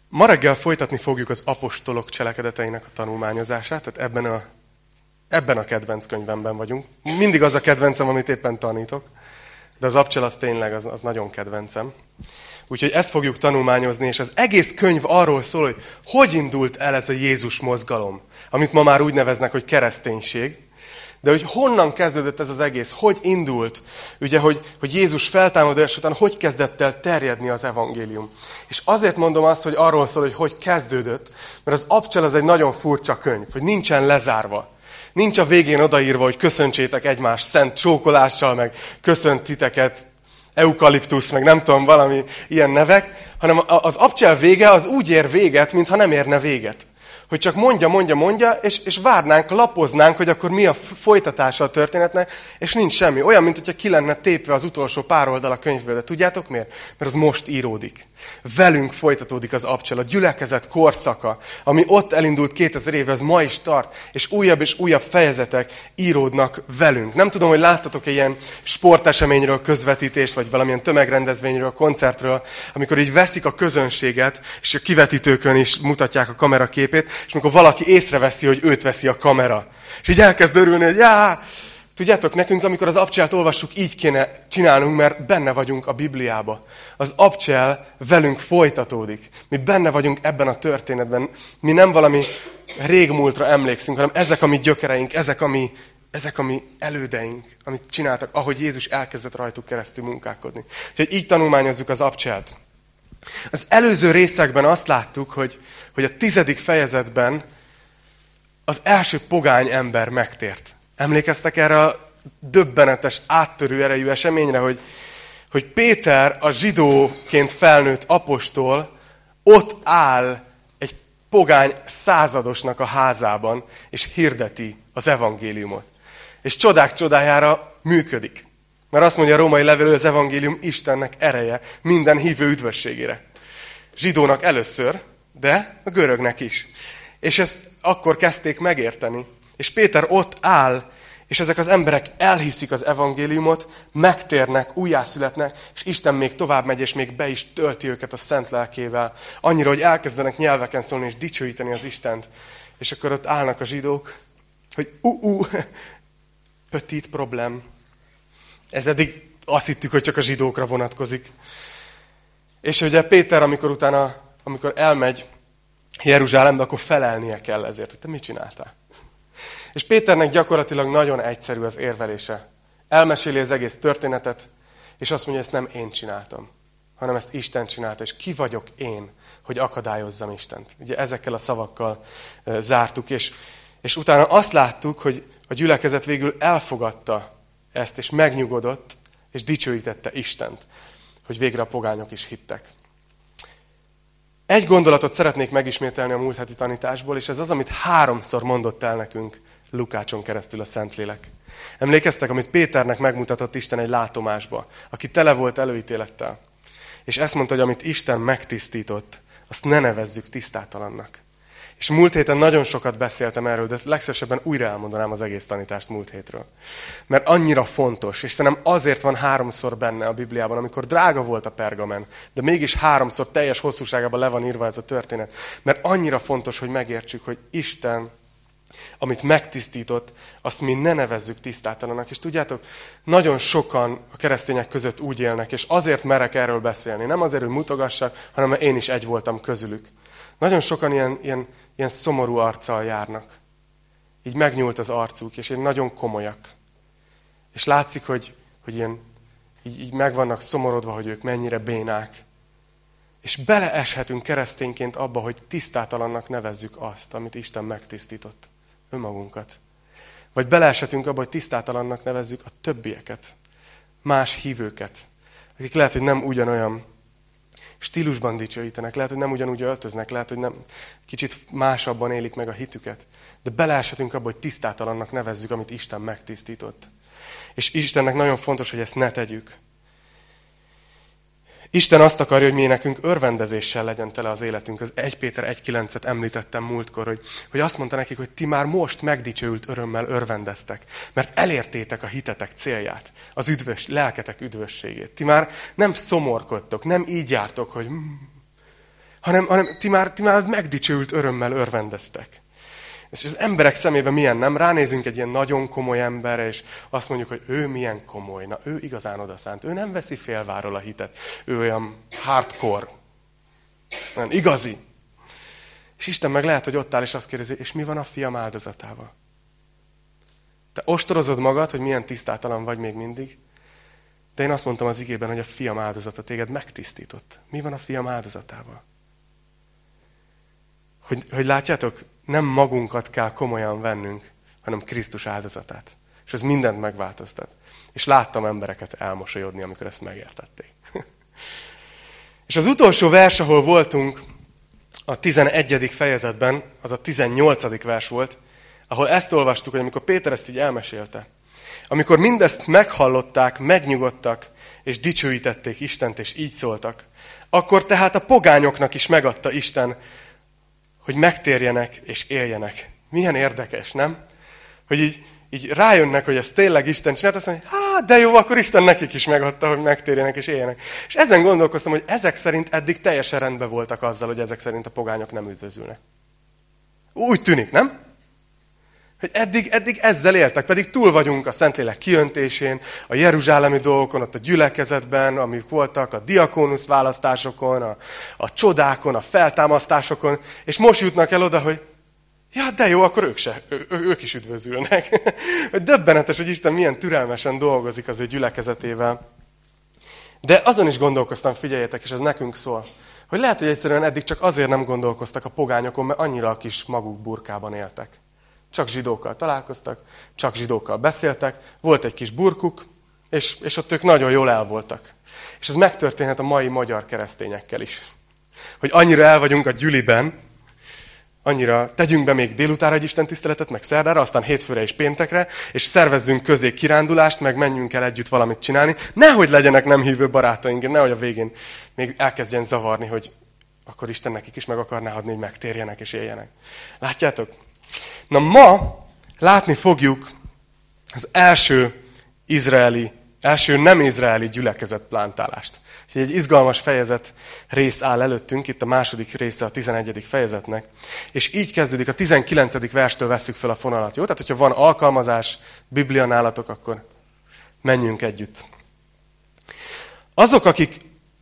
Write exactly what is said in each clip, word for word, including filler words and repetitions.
Ma reggel folytatni fogjuk az apostolok cselekedeteinek a tanulmányozását, tehát ebben a, ebben a kedvenc könyvemben vagyunk. Mindig az a kedvencem, amit éppen tanítok, de az apcsel az tényleg az, az nagyon kedvencem. Úgyhogy ezt fogjuk tanulmányozni, és az egész könyv arról szól, hogy hogy indult el ez a Jézus mozgalom, amit ma már úgy neveznek, hogy kereszténység. De hogy honnan kezdődött ez az egész, hogy indult, ugye, hogy, hogy Jézus feltámadás után hogy kezdett el terjedni az evangélium. És azért mondom azt, hogy arról szól, hogy hogy kezdődött, mert az apcsel az egy nagyon furcsa könyv, hogy nincsen lezárva. Nincs a végén odaírva, hogy köszöntsétek egymást szent csókolással, meg köszönt titeket eukaliptusz, meg nem tudom, valami ilyen nevek, hanem az apcsel vége az úgy ér véget, mintha nem érne véget. Hogy csak mondja, mondja, mondja, és, és várnánk, lapoznánk, hogy akkor mi a folytatása a történetnek, és nincs semmi. Olyan, mint hogyha ki lenne tépve az utolsó pár oldal a könyvből. De tudjátok miért? Mert az most íródik. Velünk folytatódik az apcsel, a gyülekezet korszaka, ami ott elindult kétezer éve, az ma is tart, és újabb és újabb fejezetek íródnak velünk. Nem tudom, hogy láttatok-e ilyen sporteseményről közvetítést, vagy valamilyen tömegrendezvényről, koncertről, amikor így veszik a közönséget, és a kivetítőkön is mutatják a kamera képét, és amikor valaki észreveszi, hogy őt veszi a kamera. És így elkezd örülni, hogy já! Tudjátok, nekünk, amikor az apcselt olvassuk, így kéne csinálnunk, mert benne vagyunk a Bibliába. Az apcsel velünk folytatódik. Mi benne vagyunk ebben a történetben. Mi nem valami régmúltra emlékszünk, hanem ezek a mi gyökereink, ezek a mi, ezek a mi elődeink, amit csináltak, ahogy Jézus elkezdett rajtuk keresztül munkálkodni. Úgyhogy így tanulmányozzuk az apcselt. Az előző részekben azt láttuk, hogy, hogy a tizedik fejezetben az első pogány ember megtért. Emlékeztek erre a döbbenetes, áttörő erejű eseményre, hogy, hogy Péter, a zsidóként felnőtt apostol, ott áll egy pogány századosnak a házában, és hirdeti az evangéliumot. És csodák csodájára működik. Mert azt mondja a római levél, hogy az evangélium Istennek ereje minden hívő üdvösségére. Zsidónak először, de a görögnek is. És ezt akkor kezdték megérteni. És Péter ott áll, és ezek az emberek elhiszik az evangéliumot, megtérnek, újjászületnek, és Isten még tovább megy, és még be is tölti őket a szent lelkével. Annyira, hogy elkezdenek nyelveken szólni, és dicsőíteni az Istent. És akkor ott állnak a zsidók, hogy ú-ú, petit problém. Ez eddig azt hittük, hogy csak a zsidókra vonatkozik. És ugye Péter, amikor utána, amikor elmegy Jeruzsálembe, akkor felelnie kell ezért. Hogy te mit csináltál? És Péternek gyakorlatilag nagyon egyszerű az érvelése. Elmeséli az egész történetet, és azt mondja, ezt nem én csináltam, hanem ezt Isten csinálta, és ki vagyok én, hogy akadályozzam Istent. Ugye ezekkel a szavakkal e, zártuk, és, és utána azt láttuk, hogy a gyülekezet végül elfogadta ezt, és megnyugodott, és dicsőítette Istent, hogy végre a pogányok is hittek. Egy gondolatot szeretnék megismételni a múlt heti tanításból, és ez az, amit háromszor mondott el nekünk Lukácson keresztül a Szentlélek. Emlékeztek, amit Péternek megmutatott Isten egy látomásba, aki tele volt előítélettel. És ezt mondta, hogy amit Isten megtisztított, azt ne nevezzük tisztátalannak. És múlt héten nagyon sokat beszéltem erről, de legszívesebben újra elmondanám az egész tanítást múlt hétről. Mert annyira fontos, és szerintem azért van háromszor benne a Bibliában, amikor drága volt a pergamen, de mégis háromszor teljes hosszúságában le van írva ez a történet. Mert annyira fontos, hogy megértsük, hogy Isten, amit megtisztított, azt mi ne nevezzük tisztátalannak. És tudjátok, nagyon sokan a keresztények között úgy élnek, és azért merek erről beszélni. Nem azért, hogy mutogassak, hanem mert én is egy voltam közülük. Nagyon sokan ilyen, ilyen, ilyen szomorú arccal járnak. Így megnyúlt az arcuk, és ilyen nagyon komolyak. És látszik, hogy, hogy ilyen, így, így meg vannak szomorodva, hogy ők mennyire bénák. És beleeshetünk keresztényként abba, hogy tisztátalannak nevezzük azt, amit Isten megtisztított. Önmagunkat. Vagy beleeshetünk abba, hogy tisztátalannak nevezzük a többieket. Más hívőket. Akik lehet, hogy nem ugyanolyan stílusban dicsőítenek, lehet, hogy nem ugyanúgy öltöznek, lehet, hogy nem kicsit másabban élik meg a hitüket. De beleeshetünk abba, hogy tisztátalannak nevezzük, amit Isten megtisztított. És Istennek nagyon fontos, hogy ezt ne tegyük. Isten azt akarja, hogy mi nekünk örvendezéssel legyen tele az életünk. Az egy Péter egy kilencet említettem múltkor, hogy, hogy azt mondta nekik, hogy ti már most megdicsőült örömmel örvendeztek, mert elértétek a hitetek célját, az üdvös, lelketek üdvösségét. Ti már nem szomorkodtok, nem így jártok, hogy... hanem, hanem ti, már, ti már megdicsőült örömmel örvendeztek. És az emberek szemében milyen, nem? Ránézünk egy ilyen nagyon komoly emberre, és azt mondjuk, hogy ő milyen komoly, na ő igazán odaszánt, ő nem veszi félváról a hitet, ő olyan hardcore, olyan igazi. És Isten meg lehet, hogy ott áll, és azt kérdezi, és mi van a fiam áldozatával? Te ostorozod magad, hogy milyen tisztátalan vagy még mindig, de én azt mondtam az igében, hogy a fiam áldozata téged megtisztított. Mi van a fiam áldozatával? Hogy, hogy látjátok, nem magunkat kell komolyan vennünk, hanem Krisztus áldozatát. És ez mindent megváltoztat. És láttam embereket elmosolyodni, amikor ezt megértették. És az utolsó vers, ahol voltunk, a tizenegyedik fejezetben, az a tizennyolcadik vers volt, ahol ezt olvastuk, hogy amikor Péter ezt így elmesélte, amikor mindezt meghallották, megnyugodtak, és dicsőítették Istent, és így szóltak, akkor tehát a pogányoknak is megadta Isten, hogy megtérjenek és éljenek. Milyen érdekes, nem? Hogy így, így rájönnek, hogy ez tényleg Isten csinált, azt mondja, hát de jó, akkor Isten nekik is megadta, hogy megtérjenek és éljenek. És ezen gondolkoztam, hogy ezek szerint eddig teljesen rendben voltak azzal, hogy ezek szerint a pogányok nem üdvözülnek. Úgy tűnik, nem? Hogy eddig, eddig ezzel éltek, pedig túl vagyunk a Szentlélek kiöntésén, a jeruzsálemi dolgokon, ott a gyülekezetben, amik voltak, a diakónusz választásokon, a, a csodákon, a feltámasztásokon, és most jutnak el oda, hogy ja, de jó, akkor ők, se, ő, ők is üdvözülnek. Döbbenetes, hogy Isten milyen türelmesen dolgozik az ő gyülekezetével. De azon is gondolkoztam, figyeljetek, és ez nekünk szól, hogy lehet, hogy egyszerűen eddig csak azért nem gondolkoztak a pogányokon, mert annyira a kis maguk burkában éltek. Csak zsidókkal találkoztak, csak zsidókkal beszéltek, volt egy kis burkuk, és, és ott ők nagyon jól el voltak. És ez megtörténhet a mai magyar keresztényekkel is. Hogy annyira el vagyunk a gyüliben, annyira tegyünk be még délutára egy istentiszteletet, meg szerdára, aztán hétfőre és péntekre, és szervezzünk közé kirándulást, meg menjünk el együtt valamit csinálni. Nehogy legyenek nem hívő barátaink, nehogy a végén még elkezdjen zavarni, hogy akkor Isten nekik is meg akarná adni, hogy megtérjenek és éljenek. Látjátok? Na ma látni fogjuk az első izraeli, első nem izraeli gyülekezet plántálást. Úgyhogy egy izgalmas fejezet rész áll előttünk, itt a második része a tizenegyedik fejezetnek. És így kezdődik, a tizenkilencedik verstől vesszük fel a fonalat. Jó? Tehát, hogyha van alkalmazás, Biblia nálatok, akkor menjünk együtt. Azok, akik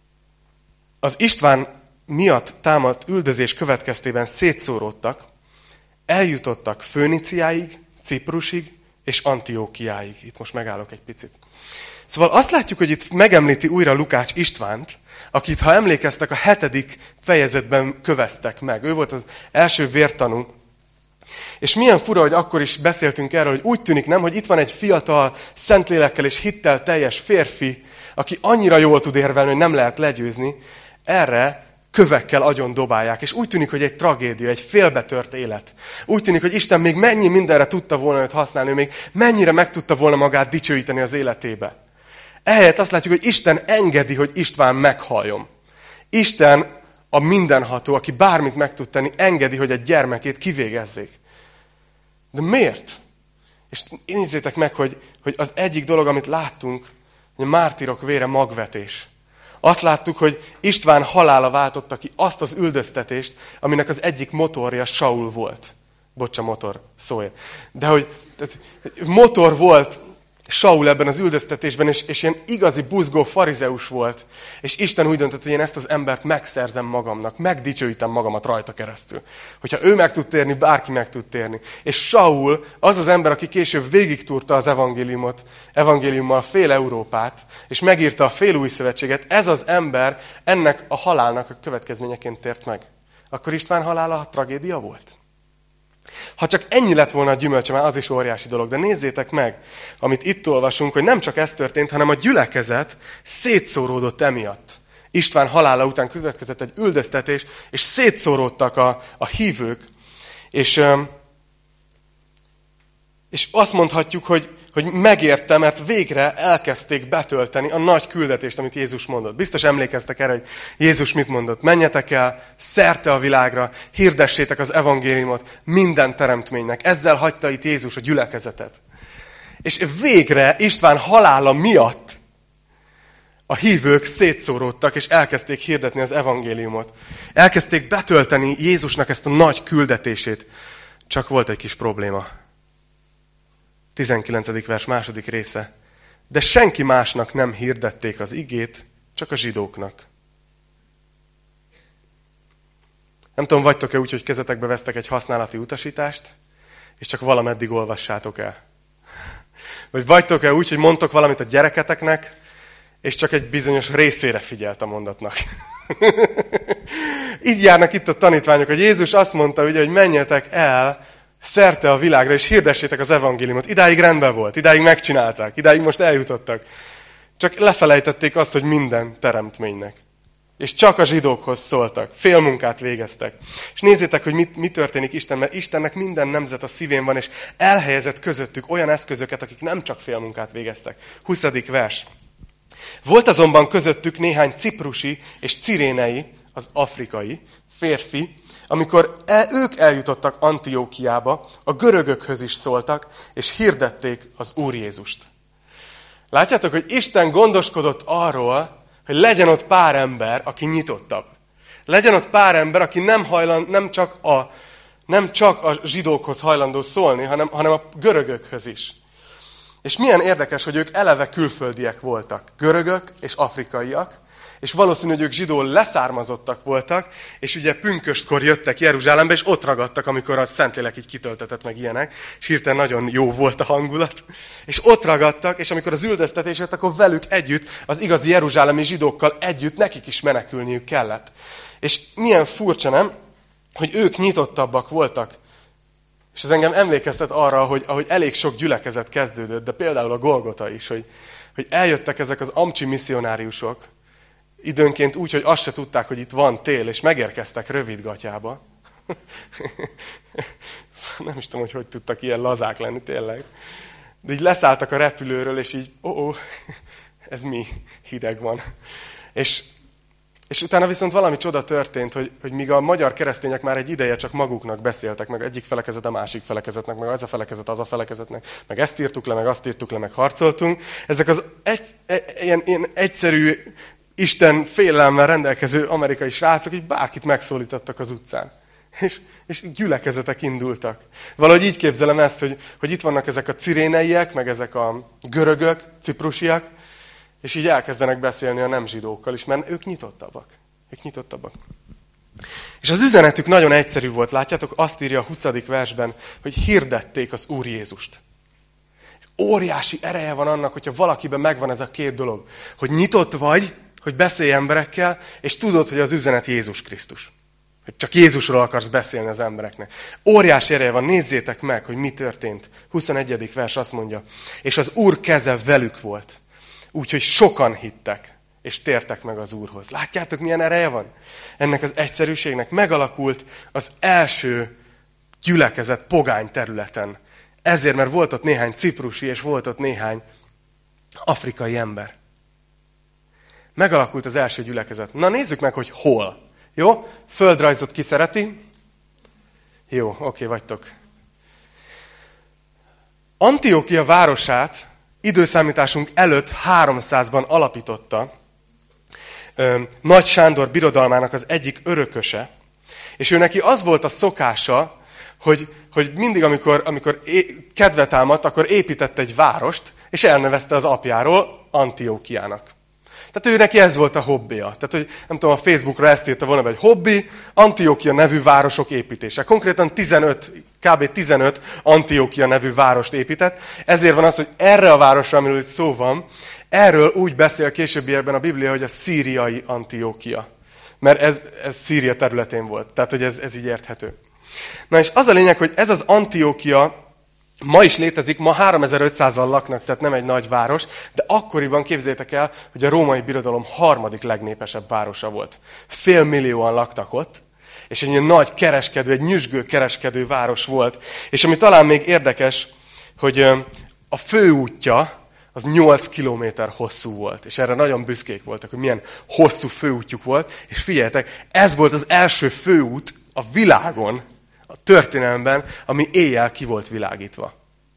az István miatt támadt üldözés következtében szétszóródtak, eljutottak Föníciáig, Ciprusig és Antiókiáig. Itt most megállok egy picit. Szóval azt látjuk, hogy itt megemlíti újra Lukács Istvánt, akit, ha emlékeztek, a hetedik fejezetben köveztek meg. Ő volt az első vértanú. És milyen fura, hogy akkor is beszéltünk erről, hogy úgy tűnik, nem, hogy itt van egy fiatal, szentlélekkel és hittel teljes férfi, aki annyira jól tud érvelni, hogy nem lehet legyőzni, erre kövekkel agyon dobálják. És úgy tűnik, hogy egy tragédia, egy félbetört élet. Úgy tűnik, hogy Isten még mennyi mindenre tudta volna őt használni, még mennyire meg tudta volna magát dicsőíteni az életébe. Ehelyett azt látjuk, hogy Isten engedi, hogy István meghalljon. Isten a mindenható, aki bármit meg tud tenni, engedi, hogy a gyermekét kivégezzék. De miért? És nézzétek meg, hogy, hogy az egyik dolog, amit láttunk, hogy a mártírok vére magvetés. Azt láttuk, hogy István halála váltotta ki azt az üldöztetést, aminek az egyik motorja Saul volt. Bocsa, motor, szólj. De hogy tehát, motor volt Saul ebben az üldöztetésben, és, és ilyen igazi buzgó farizeus volt. És Isten úgy döntött, hogy én ezt az embert megszerzem magamnak, megdicsőítem magamat rajta keresztül. Hogyha ő meg tud térni, bárki meg tud térni. És Saul az az ember, aki később végigtúrta az evangéliumot, evangéliummal fél Európát, és megírta a fél új szövetséget, ez az ember ennek a halálnak a következményeként tért meg. Akkor István halála tragédia volt? Ha csak ennyi lett volna a gyümölcse, már az is óriási dolog. De nézzétek meg, amit itt olvasunk, hogy nem csak ez történt, hanem a gyülekezet szétszóródott emiatt. István halála után következett egy üldöztetés, és szétszóródtak a, a hívők. És, és azt mondhatjuk, hogy, hogy megérte, mert végre elkezdték betölteni a nagy küldetést, amit Jézus mondott. Biztos emlékeztek erre, hogy Jézus mit mondott? Menjetek el szerte a világra, hirdessétek az evangéliumot minden teremtménynek. Ezzel hagyta itt Jézus a gyülekezetet. És végre István halála miatt a hívők szétszóródtak, és elkezdték hirdetni az evangéliumot. Elkezdték betölteni Jézusnak ezt a nagy küldetését. Csak volt egy kis probléma. tizenkilencedik vers második része. De senki másnak nem hirdették az igét, csak a zsidóknak. Nem tudom, vagytok-e úgy, hogy kezetekbe vesztek egy használati utasítást, és csak valameddig olvassátok el. Vagy vagytok-e úgy, hogy mondtok valamit a gyereketeknek, és csak egy bizonyos részére figyelt a mondatnak. Így járnak itt a tanítványok, hogy Jézus azt mondta, ugye, hogy menjetek el szerte a világra, és hirdessétek az evangéliumot. Idáig rendben volt, idáig megcsinálták, idáig most eljutottak. Csak lefelejtették azt, hogy minden teremtménynek. És csak a zsidókhoz szóltak, félmunkát végeztek. És nézzétek, hogy mit, mi történik Isten, mert Istennek minden nemzet a szívén van, és elhelyezett közöttük olyan eszközöket, akik nem csak félmunkát végeztek. huszadik vers. Volt azonban közöttük néhány ciprusi és cirénei, az afrikai férfi, amikor el, ők eljutottak Antiókiába, a görögökhöz is szóltak, és hirdették az Úr Jézust. Látjátok, hogy Isten gondoskodott arról, hogy legyen ott pár ember, aki nyitottabb. Legyen ott pár ember, aki nem, hajland, nem, csak, a, nem csak a zsidókhoz hajlandó szólni, hanem, hanem a görögökhöz is. És milyen érdekes, hogy ők eleve külföldiek voltak. Görögök és afrikaiak, és valószínű, hogy ők zsidó leszármazottak voltak, és ugye pünköstkor jöttek Jeruzsálembe, és ott ragadtak, amikor a Szentlélek így kitöltetett meg ilyenek, és hirtelen nagyon jó volt a hangulat. És ott ragadtak, és amikor az üldöztetés jött, akkor velük együtt, az igazi jeruzsálemi zsidókkal együtt nekik is menekülniük kellett. És milyen furcsa, nem? Hogy ők nyitottabbak voltak. És ez engem emlékeztet arra, hogy ahogy elég sok gyülekezet kezdődött, de például a Golgota is, hogy, hogy eljöttek ezek az amcsi misszionáriusok, időnként úgy, hogy azt se tudták, hogy itt van tél, és megérkeztek rövidgatjába. Nem is tudom, hogy hogy tudtak ilyen lazák lenni tényleg. De így leszálltak a repülőről, és így, ó, ó ez mi? Hideg van. És, és utána viszont valami csoda történt, hogy, hogy míg a magyar keresztények már egy ideje csak maguknak beszéltek, meg egyik felekezet a másik felekezetnek, meg az a felekezet az a felekezetnek, meg ezt írtuk le, meg azt írtuk le, meg harcoltunk. Ezek az egy, ilyen, ilyen egyszerű, Isten félelemmel rendelkező amerikai srácok, így bárkit megszólítottak az utcán. És, és gyülekezetek indultak. Valahogy így képzelem ezt, hogy, hogy itt vannak ezek a ciréneiek, meg ezek a görögök, ciprusiak, és így elkezdenek beszélni a nem zsidókkal is, mert ők nyitottabbak. Ők nyitottabbak. És az üzenetük nagyon egyszerű volt, látjátok, azt írja a huszadik versben, hogy hirdették az Úr Jézust. Óriási ereje van annak, hogyha valakiben megvan ez a két dolog, hogy nyitott vagy, hogy beszélj emberekkel, és tudod, hogy az üzenet Jézus Krisztus. Hogy csak Jézusról akarsz beszélni az embereknek. Óriási ereje van, nézzétek meg, hogy mi történt. huszonegyedik vers azt mondja, és az Úr keze velük volt, úgyhogy sokan hittek, és tértek meg az Úrhoz. Látjátok, milyen ereje van? Ennek az egyszerűségnek megalakult az első gyülekezet pogány területen. Ezért, mert volt ott néhány ciprusi, és volt ott néhány afrikai ember. Megalakult az első gyülekezet. Na nézzük meg, hogy hol. Jó? Földrajzot ki szereti? Jó, oké, vagytok. Antiókia városát időszámításunk előtt háromszázban alapította Nagy Sándor birodalmának az egyik örököse, és ő neki az volt a szokása, hogy, hogy mindig, amikor, amikor é, kedve támadt, akkor épített egy várost, és elnevezte az apjáról Antiókiának. Tehát ő neki ez volt a hobbija. Tehát, hogy nem tudom, a Facebookra ezt írta volna, hogy hobbi, Antiókia nevű városok építése. Konkrétan tizenöt, kb. tizenöt Antiókia nevű várost épített. Ezért van az, hogy erre a városra, amiről itt szó van, erről úgy beszél későbbiekben a Biblia, hogy a szíriai Antiókia. Mert ez, ez Szíria területén volt. Tehát, hogy ez, ez így érthető. Na és az a lényeg, hogy ez az Antiókia ma is létezik, ma háromezer-ötszázan laknak, tehát nem egy nagy város, de akkoriban képzeljétek el, hogy a római birodalom harmadik legnépesebb városa volt. Félmillióan laktak ott, és egy ilyen nagy kereskedő, egy nyüzsgő kereskedő város volt. És ami talán még érdekes, hogy a főútja az nyolc kilométer hosszú volt. És erre nagyon büszkék voltak, hogy milyen hosszú főútjuk volt. És figyeljetek, ez volt az első főút a világon, a történelemben, ami éjjel ki volt világítva.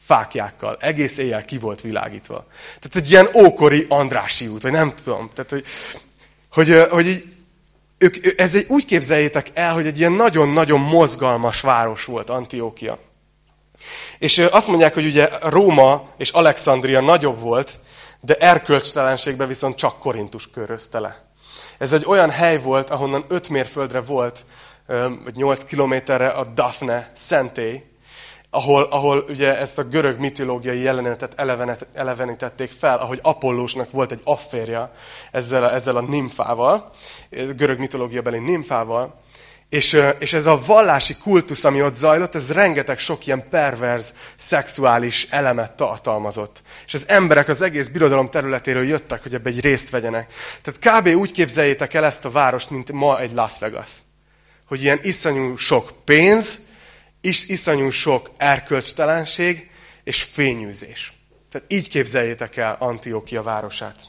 fáklyákkal. Egész éjjel ki volt világítva. Tehát egy ilyen ókori Andrássy út, vagy nem tudom. Tehát, hogy, hogy, hogy így, ők, ez egy, úgy képzeljétek el, hogy egy ilyen nagyon-nagyon mozgalmas város volt Antiókia. És azt mondják, hogy ugye Róma és Alexandria nagyobb volt, de erkölcstelenségben viszont csak Korintus körözte le. Ez egy olyan hely volt, ahonnan öt mérföldre volt, vagy nyolc kilométerre a Daphne szentély, ahol, ahol ugye ezt a görög mitológiai jelenetet elevenítették fel, ahogy Apollósnak volt egy afférja ezzel a, ezzel a nimfával, görög mitológiabeli nimfával, és, és ez a vallási kultusz, ami ott zajlott, ez rengeteg sok ilyen perverz, szexuális elemet tartalmazott. És az emberek az egész birodalom területéről jöttek, hogy ebbe egy részt vegyenek. Tehát kb. Úgy képzeljétek el ezt a várost, mint ma egy Las Vegas. Hogy ilyen iszonyú sok pénz, is iszonyú sok erkölcstelenség és fényűzés. Tehát így képzeljétek el Antiókia városát.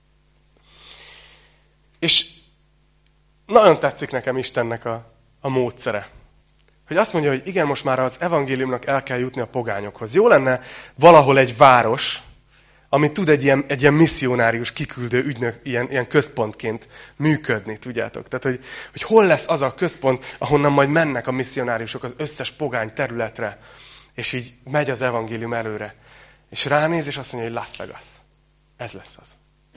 És nagyon tetszik nekem Istennek a, a módszere. Hogy azt mondja, hogy igen, most már az evangéliumnak el kell jutni a pogányokhoz. Jó lenne valahol egy város, ami tud egy ilyen, egy ilyen misszionárius, kiküldő ügynök, ilyen, ilyen központként működni, tudjátok? Tehát, hogy, hogy hol lesz az a központ, ahonnan majd mennek a misszionáriusok az összes pogány területre, és így megy az evangélium előre. És ránéz, és azt mondja, hogy Las Vegas. Ez lesz az.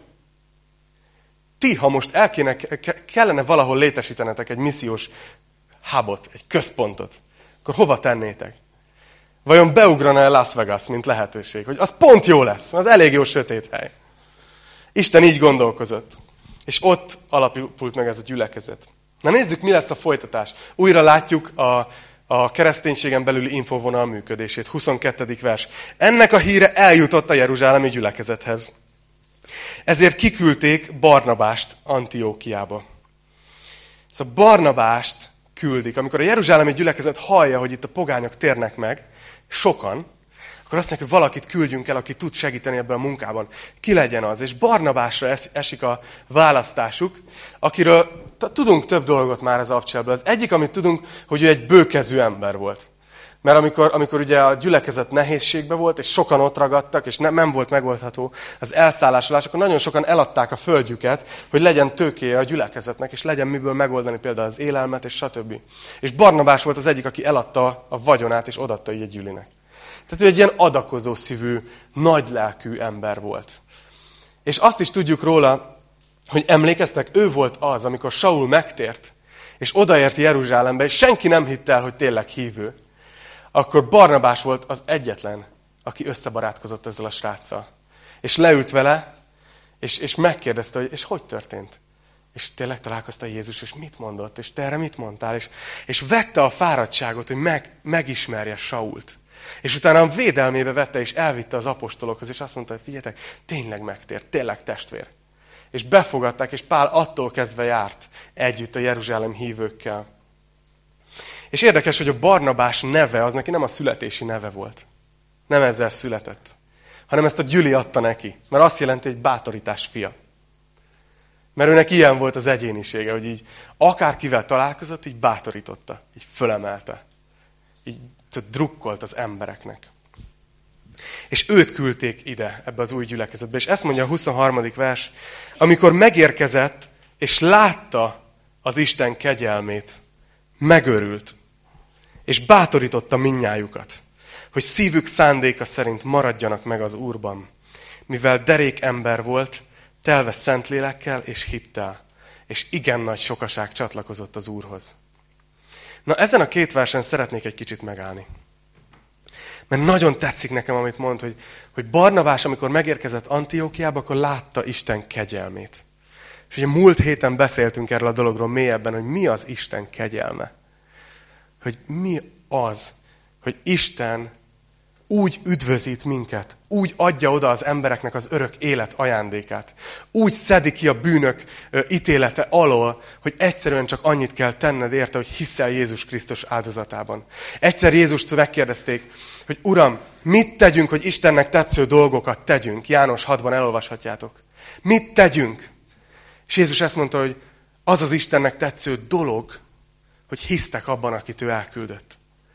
Ti, ha most el kéne, kellene valahol létesítenetek egy missziós hubot, egy központot, akkor hova tennétek? Vajon beugrana-e Las Vegas, mint lehetőség? Hogy az pont jó lesz, az elég jó sötét hely. Isten így gondolkozott. És ott alapult meg ez a gyülekezet. Na nézzük, mi lesz a folytatás. Újra látjuk a, a kereszténységen belüli infovonal működését. huszonkettedik vers. Ennek a híre eljutott a jeruzsálemi gyülekezethez. Ezért kiküldték Barnabást Antiókiába. Szóval Barnabást küldik. Amikor a jeruzsálemi gyülekezet hallja, hogy itt a pogányok térnek meg, sokan, akkor azt mondják, hogy valakit küldjünk el, aki tud segíteni ebben a munkában. Ki legyen az? És Barnabásra esik a választásuk, akiről tudunk több dolgot már az Abcselből. Az egyik, amit tudunk, hogy ő egy bőkezű ember volt. Mert amikor, amikor ugye a gyülekezet nehézségbe volt, és sokan ott ragadtak, és nem, nem volt megoldható az elszállásolás, akkor nagyon sokan eladták a földjüket, hogy legyen tőkéje a gyülekezetnek, és legyen miből megoldani például az élelmet, és stb. És Barnabás volt az egyik, aki eladta a vagyonát, és odaadta így egy gyülinek. Tehát ő egy ilyen adakozó szívű, nagylelkű ember volt. És azt is tudjuk róla, hogy emlékeztek, ő volt az, amikor Saul megtért, és odaért Jeruzsálembe, és senki nem hitte el, hogy tényleg hívő. Akkor Barnabás volt az egyetlen, aki összebarátkozott ezzel a sráccal. És leült vele, és, és megkérdezte, hogy és hogy történt? És tényleg találkozta Jézus, és mit mondott? És te erre mit mondtál? És, és vette a fáradtságot, hogy meg, megismerje Sault. És utána a védelmébe vette, és elvitte az apostolokhoz, és azt mondta, hogy figyeljetek, tényleg megtért, tényleg testvér. És befogadták, és Pál attól kezdve járt együtt a Jeruzsálem hívőkkel. És érdekes, hogy a Barnabás neve, az neki nem a születési neve volt. Nem ezzel született. Hanem ezt a gyüli adta neki. Mert azt jelenti, hogy bátorítás fia. Mert őnek ilyen volt az egyénisége, hogy így akárkivel találkozott, így bátorította. Így fölemelte. Így drukkolt az embereknek. És őt küldték ide, ebbe az új gyülekezetbe. És ezt mondja a huszonharmadik vers. Amikor megérkezett, és látta az Isten kegyelmét, megörült, és bátorította mindnyájukat, hogy szívük szándéka szerint maradjanak meg az Úrban, mivel derék ember volt, telve Szentlélekkel és hittel, és igen nagy sokaság csatlakozott az Úrhoz. Na, ezen a két versen szeretnék egy kicsit megállni. Mert nagyon tetszik nekem, amit mond, hogy, hogy Barnabás, amikor megérkezett Antiókiába, akkor látta Isten kegyelmét. És ugye múlt héten beszéltünk erről a dologról mélyebben, hogy mi az Isten kegyelme. Hogy mi az, hogy Isten úgy üdvözít minket, úgy adja oda az embereknek az örök élet ajándékát. Úgy szedi ki a bűnök ítélete alól, hogy egyszerűen csak annyit kell tenned érte, hogy hiszel Jézus Krisztus áldozatában. Egyszer Jézust megkérdezték, hogy Uram, mit tegyünk, hogy Istennek tetsző dolgokat tegyünk? János hatban elolvashatjátok. Mit tegyünk? És Jézus ezt mondta, hogy az az Istennek tetsző dolog, hogy hisztek abban, akit ő elküldött.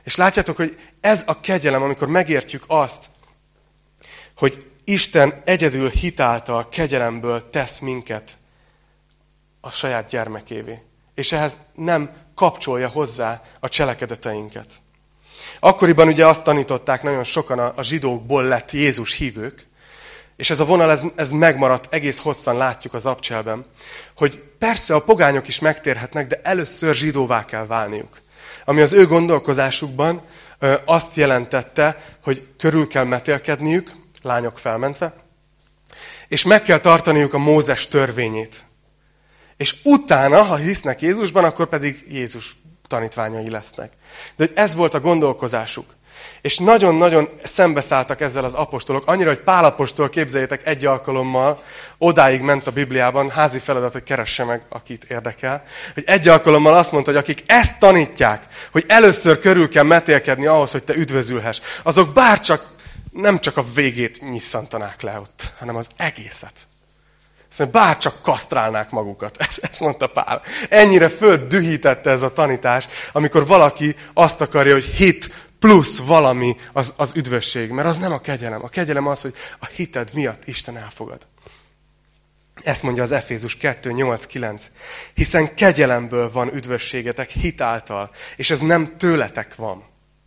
És látjátok, hogy ez a kegyelem, amikor megértjük azt, hogy Isten egyedül hitáltal, kegyelemből tesz minket a saját gyermekévé. És ehhez nem kapcsolja hozzá a cselekedeteinket. Akkoriban ugye azt tanították nagyon sokan, a, a zsidókból lett Jézus hívők, és ez a vonal, ez, ez megmaradt, egész hosszan látjuk az Abcselben, hogy persze a pogányok is megtérhetnek, de először zsidóvá kell válniuk. Ami az ő gondolkozásukban ö, azt jelentette, hogy körül kell metélkedniük, lányok felmentve, és meg kell tartaniuk a Mózes törvényét. És utána, ha hisznek Jézusban, akkor pedig Jézus tanítványai lesznek. De hogy ez volt a gondolkozásuk. És nagyon-nagyon szembeszálltak ezzel az apostolok. Annyira, hogy Pál apostol, képzeljétek, egy alkalommal odáig ment a Bibliában, házi feladat, hogy keresse meg, akit érdekel, hogy egy alkalommal azt mondta, hogy akik ezt tanítják, hogy először körül kell metélkedni ahhoz, hogy te üdvözülhess, azok bárcsak, nem csak a végét nyisszantanák le ott, hanem az egészet. Szóval bárcsak kasztrálnák magukat. Ezt, ezt mondta Pál. Ennyire földühítette ez a tanítás, amikor valaki azt akarja, hogy hit plusz valami az, az üdvösség. Mert az nem a kegyelem. A kegyelem az, hogy a hited miatt Isten elfogad. Ezt mondja az Efézus kettő nyolc kilenc. Hiszen kegyelemből van üdvösségetek hitáltal, és ez nem tőletek van.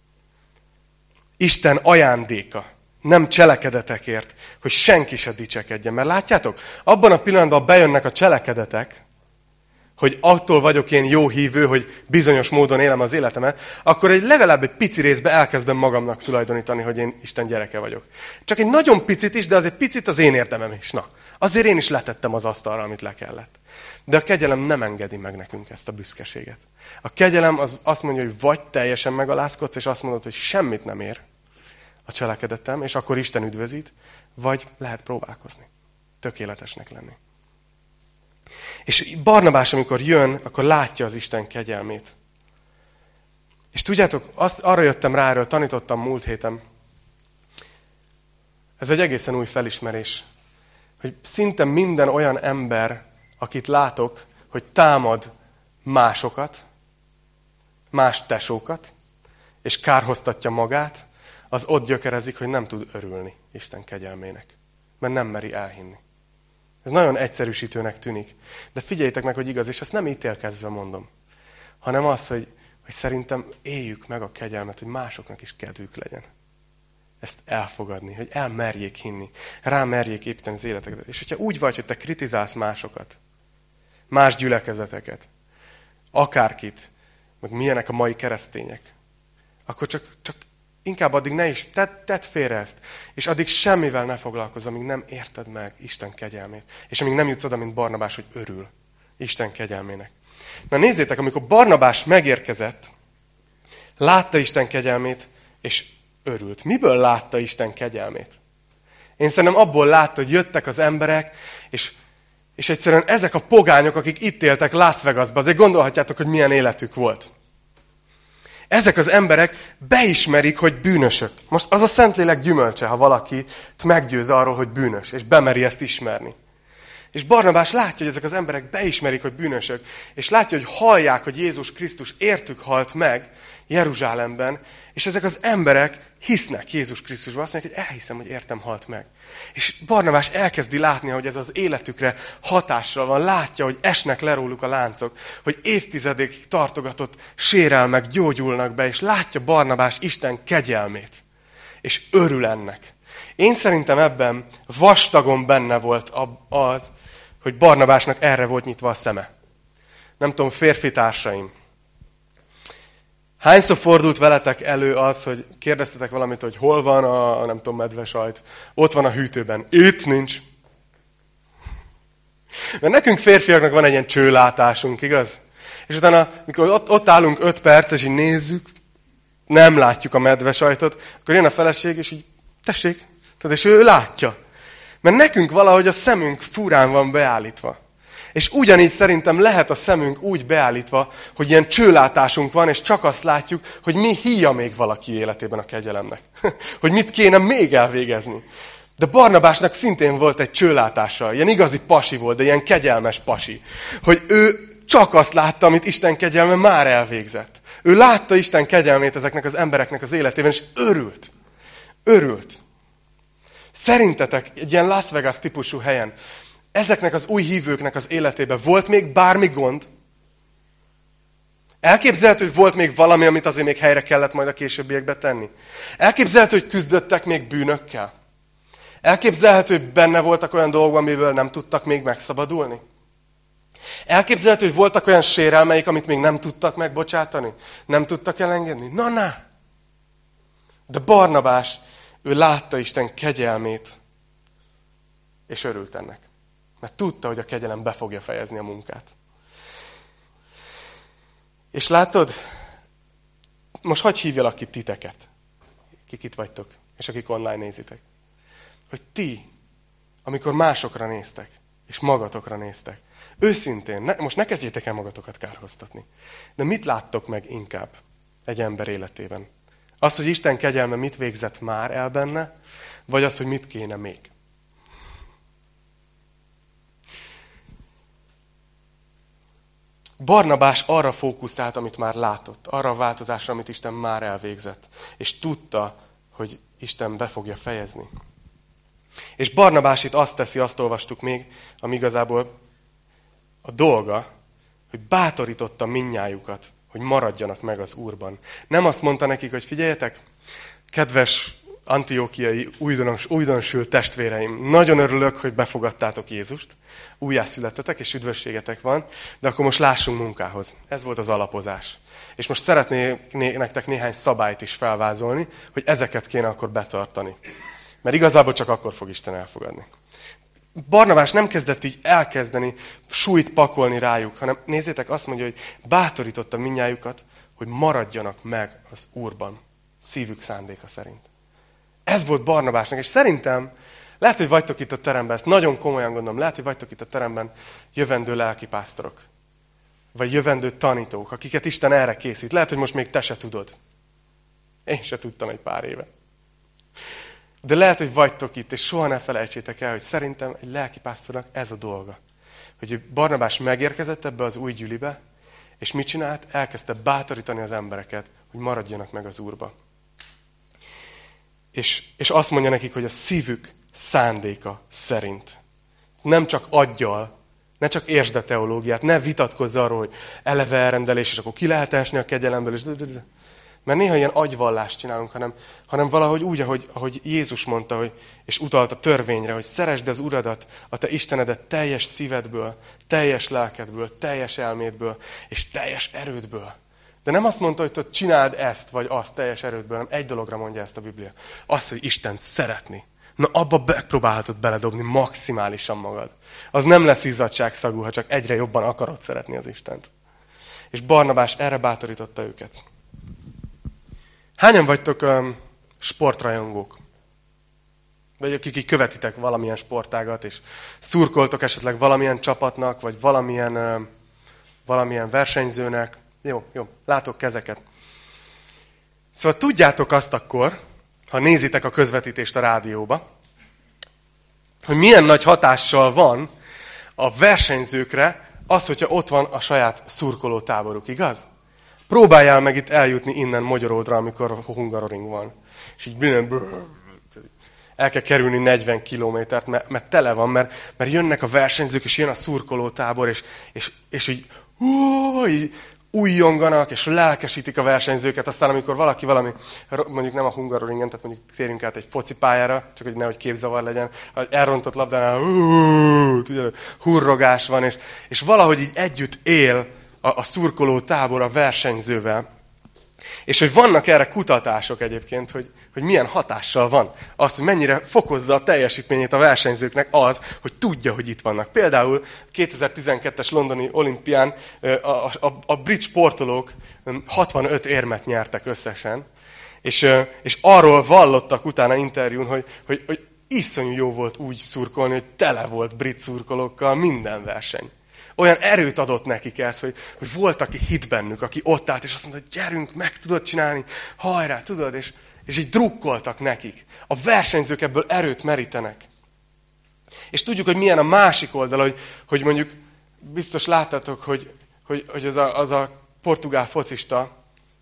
Isten ajándéka. Nem cselekedetekért, hogy senki se dicsekedjen. Mert látjátok, abban a pillanatban bejönnek a cselekedetek, hogy attól vagyok én jó hívő, hogy bizonyos módon élem az életemet, akkor egy legalább egy pici részbe elkezdem magamnak tulajdonítani, hogy én Isten gyereke vagyok. Csak egy nagyon picit is, de az egy picit az én érdemem is. Na, azért én is letettem az asztalra, amit le kellett. De a kegyelem nem engedi meg nekünk ezt a büszkeséget. A kegyelem az azt mondja, hogy vagy teljesen megalázkodsz, és azt mondod, hogy semmit nem ér a cselekedetem, és akkor Isten üdvözít, vagy lehet próbálkozni, tökéletesnek lenni. És Barnabás, amikor jön, akkor látja az Isten kegyelmét. És tudjátok, azt, arra jöttem rá, erről tanítottam múlt héten. Ez egy egészen új felismerés, hogy szinte minden olyan ember, akit látok, hogy támad másokat, más tesókat, és kárhoztatja magát, az ott gyökerezik, hogy nem tud örülni Isten kegyelmének. Mert nem meri elhinni. Ez nagyon egyszerűsítőnek tűnik. De figyeljétek meg, hogy igaz, és ezt nem ítélkezve mondom, hanem az, hogy, hogy szerintem éljük meg a kegyelmet, hogy másoknak is kedvük legyen. Ezt elfogadni, hogy elmerjék hinni, rámerjék építeni az életeket. És hogyha úgy vagy, hogy te kritizálsz másokat, más gyülekezeteket, akárkit, meg milyenek a mai keresztények, akkor csak, csak inkább addig ne is, tedd, tedd félre ezt, és addig semmivel ne foglalkozz, amíg nem érted meg Isten kegyelmét. És amíg nem jutsz oda, mint Barnabás, hogy örül Isten kegyelmének. Na nézzétek, amikor Barnabás megérkezett, látta Isten kegyelmét, és örült. Miből látta Isten kegyelmét? Én szerintem abból látta, hogy jöttek az emberek, és, és egyszerűen ezek a pogányok, akik itt éltek Las Vegasban, azért gondolhatjátok, hogy milyen életük volt. Ezek az emberek beismerik, hogy bűnösök. Most az a Szentlélek gyümölcse, ha valaki meggyőz arról, hogy bűnös, és bemeri ezt ismerni. És Barnabás látja, hogy ezek az emberek beismerik, hogy bűnösök, és látja, hogy hallják, hogy Jézus Krisztus értük halt meg Jeruzsálemben, és ezek az emberek hisznek Jézus Krisztusban. Azt mondják, hogy elhiszem, hogy értem halt meg. És Barnabás elkezdi látni, hogy ez az életükre hatással van. Látja, hogy esnek le róluk a láncok, hogy évtizedekig tartogatott sérelmek gyógyulnak be, és látja Barnabás Isten kegyelmét. És örül ennek. Én szerintem ebben vastagon benne volt az, hogy Barnabásnak erre volt nyitva a szeme. Nem tudom, férfi társaim. Hányszor fordult veletek elő az, hogy kérdeztetek valamit, hogy hol van a, nem tudom, medvesajt? Ott van a hűtőben. Itt nincs. Mert nekünk férfiaknak van egy ilyen csőlátásunk, igaz? És utána, mikor ott, ott állunk öt perc, és így nézzük, nem látjuk a medvesajtot, akkor jön a feleség, és így, tessék, tehát és ő látja. Mert nekünk valahogy a szemünk furán van beállítva. És ugyanígy szerintem lehet a szemünk úgy beállítva, hogy ilyen csőlátásunk van, és csak azt látjuk, hogy mi híja még valaki életében a kegyelemnek. Hogy mit kéne még elvégezni. De Barnabásnak szintén volt egy csőlátása, ilyen igazi pasi volt, de ilyen kegyelmes pasi. Hogy ő csak azt látta, amit Isten kegyelme már elvégzett. Ő látta Isten kegyelmét ezeknek az embereknek az életében, és örült. Örült. Szerintetek egy ilyen Las Vegas típusú helyen ezeknek az új hívőknek az életében volt még bármi gond? Elképzelhető, hogy volt még valami, amit azért még helyre kellett majd a későbbiekbe tenni? Elképzelhető, hogy küzdöttek még bűnökkel? Elképzelhető, hogy benne voltak olyan dolgok, amiből nem tudtak még megszabadulni? Elképzelhető, hogy voltak olyan sérelmeik, amit még nem tudtak megbocsátani? Nem tudtak elengedni? Na, na! De Barnabás, ő látta Isten kegyelmét, és örült ennek. Mert tudta, hogy a kegyelem be fogja fejezni a munkát. És látod, most hagyj hívjalak ki titeket, kik itt vagytok, és akik online nézitek, hogy ti, amikor másokra néztek, és magatokra néztek, őszintén, ne, most ne kezdjétek el magatokat kárhoztatni, de mit láttok meg inkább egy ember életében? Az, hogy Isten kegyelme mit végzett már el benne, vagy az, hogy mit kéne még? Barnabás arra fókuszált, amit már látott, arra a változásra, amit Isten már elvégzett. És tudta, hogy Isten be fogja fejezni. És Barnabás itt azt teszi, azt olvastuk még, ami igazából a dolga, hogy bátorította mindnyájukat, hogy maradjanak meg az Úrban. Nem azt mondta nekik, hogy figyeljetek, kedves antiókiai újdons, újdonsült testvéreim, nagyon örülök, hogy befogadtátok Jézust, újjászülettetek, és üdvösségetek van, de akkor most lássunk munkához. Ez volt az alapozás. És most szeretnék nektek néhány szabályt is felvázolni, hogy ezeket kéne akkor betartani. Mert igazából csak akkor fog Isten elfogadni. Barnabás nem kezdett így elkezdeni súlyt pakolni rájuk, hanem nézzétek, azt mondja, hogy bátorította mindnyájukat, hogy maradjanak meg az Úrban, szívük szándéka szerint. Ez volt Barnabásnak, és szerintem, lehet, hogy vagytok itt a teremben, ezt nagyon komolyan gondolom, lehet, hogy vagytok itt a teremben jövendő lelkipásztorok, vagy jövendő tanítók, akiket Isten erre készít. Lehet, hogy most még te se tudod. Én se tudtam egy pár éve. De lehet, hogy vagytok itt, és soha ne felejtsétek el, hogy szerintem egy lelkipásztornak ez a dolga. Hogy Barnabás megérkezett ebbe az új gyülibe, és mit csinált? Elkezdte bátorítani az embereket, hogy maradjanak meg az Úrba. És, és azt mondja nekik, hogy a szívük szándéka szerint. Nem csak aggyal, ne csak értsd a teológiát, ne vitatkozz arról, hogy eleve elrendelés, és akkor ki lehet esni a kegyelemből, és mert néha ilyen agyvallást csinálunk, hanem, hanem valahogy úgy, ahogy, ahogy Jézus mondta, hogy, és utalt a törvényre, hogy szeresd az Uradat, a te Istenedet teljes szívedből, teljes lelkedből, teljes elmédből, és teljes erődből. De nem azt mondta, hogy te csináld ezt, vagy azt teljes erődből, hanem egy dologra mondja ezt a Biblia. Az, hogy Istent szeretni. Na abba megpróbálhatod beledobni maximálisan magad. Az nem lesz izzadságszagú, ha csak egyre jobban akarod szeretni az Istent. És Barnabás erre bátorította őket. Hányan vagytok um, sportrajongók? Vagy akik így követitek valamilyen sportágat, és szurkoltok esetleg valamilyen csapatnak, vagy valamilyen, um, valamilyen versenyzőnek. Jó, jó, látok kezeket. Szóval tudjátok azt akkor, ha nézitek a közvetítést a rádióba, hogy milyen nagy hatással van a versenyzőkre az, hogyha ott van a saját szurkoló táboruk, igaz? Próbáljál meg itt eljutni innen Magyaródra, amikor Hungaroring van. És így el kell kerülni negyven kilométert, mert, mert tele van, mert, mert jönnek a versenyzők, és jön a szurkolótábor, és, és, és így, hú, így újjonganak, és lelkesítik a versenyzőket. Aztán amikor valaki valami, mondjuk nem a Hungaroringen, tehát mondjuk térjünk át egy focipályára, csak hogy nehogy képzavar legyen, elrontott labdánál, hú, tudja, hurrogás van, és, és valahogy így együtt él a, a szurkoló tábor a versenyzővel. És hogy vannak erre kutatások egyébként, hogy, hogy milyen hatással van az, hogy mennyire fokozza a teljesítményét a versenyzőknek az, hogy tudja, hogy itt vannak. Például kétezer-tizenkettes londoni olimpián a, a, a brit sportolók hatvanöt érmet nyertek összesen, és, és arról vallottak utána interjún, hogy, hogy, hogy iszonyú jó volt úgy szurkolni, hogy tele volt brit szurkolókkal minden verseny. Olyan erőt adott nekik ez, hogy, hogy volt, aki hit bennük, aki ott állt, és azt mondta, hogy gyerünk, meg tudod csinálni, hajrá, tudod, és, és így drukkoltak nekik. A versenyzők ebből erőt merítenek. És tudjuk, hogy milyen a másik oldal, hogy, hogy mondjuk, biztos láttátok, hogy, hogy, hogy az, a, az a portugál focista,